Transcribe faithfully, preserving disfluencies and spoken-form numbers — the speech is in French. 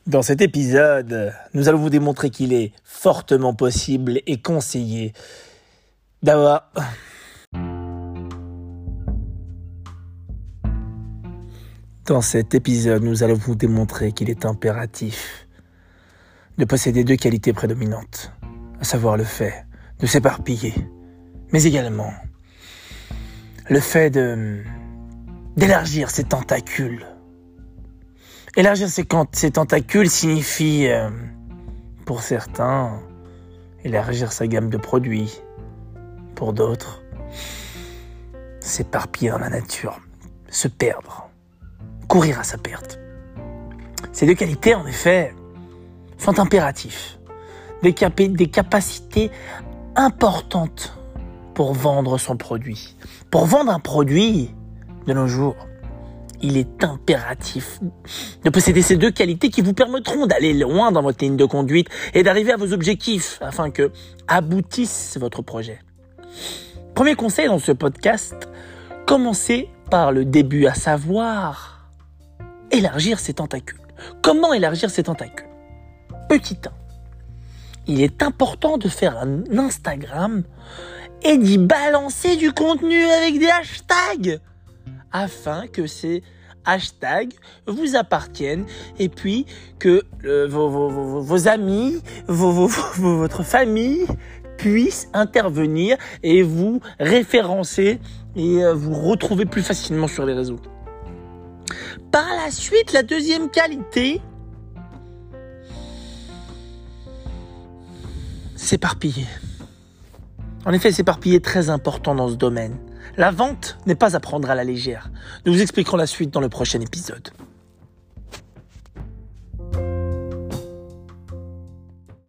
Dans cet épisode, nous allons vous démontrer qu'il est fortement possible et conseillé d'avoir... Dans cet épisode, nous allons vous démontrer qu'il est impératif de posséder deux qualités prédominantes, à savoir le fait de s'éparpiller, mais également le fait de d'élargir ses tentacules. Élargir ses, ses tentacules signifie, euh, pour certains, élargir sa gamme de produits. Pour d'autres, s'éparpiller dans la nature, se perdre, courir à sa perte. Ces deux qualités, en effet, sont impératifs. Des, cap- des capacités importantes pour vendre son produit. Pour vendre un produit, de nos jours, il est impératif de posséder ces deux qualités qui vous permettront d'aller loin dans votre ligne de conduite et d'arriver à vos objectifs afin que aboutisse votre projet. Premier conseil dans ce podcast, commencez par le début, à savoir élargir ses tentacules. Comment élargir ses tentacules ? Petit un, il est important de faire un Instagram et d'y balancer du contenu avec des hashtags afin que ces hashtags vous appartiennent et puis que euh, vos, vos, vos, vos amis, vos, vos, vos, votre famille puissent intervenir et vous référencer et euh, vous retrouver plus facilement sur les réseaux. Par la suite, la deuxième qualité, s'éparpiller. En effet, s'éparpiller est très important dans ce domaine. La vente n'est pas à prendre à la légère. Nous vous expliquerons la suite dans le prochain épisode.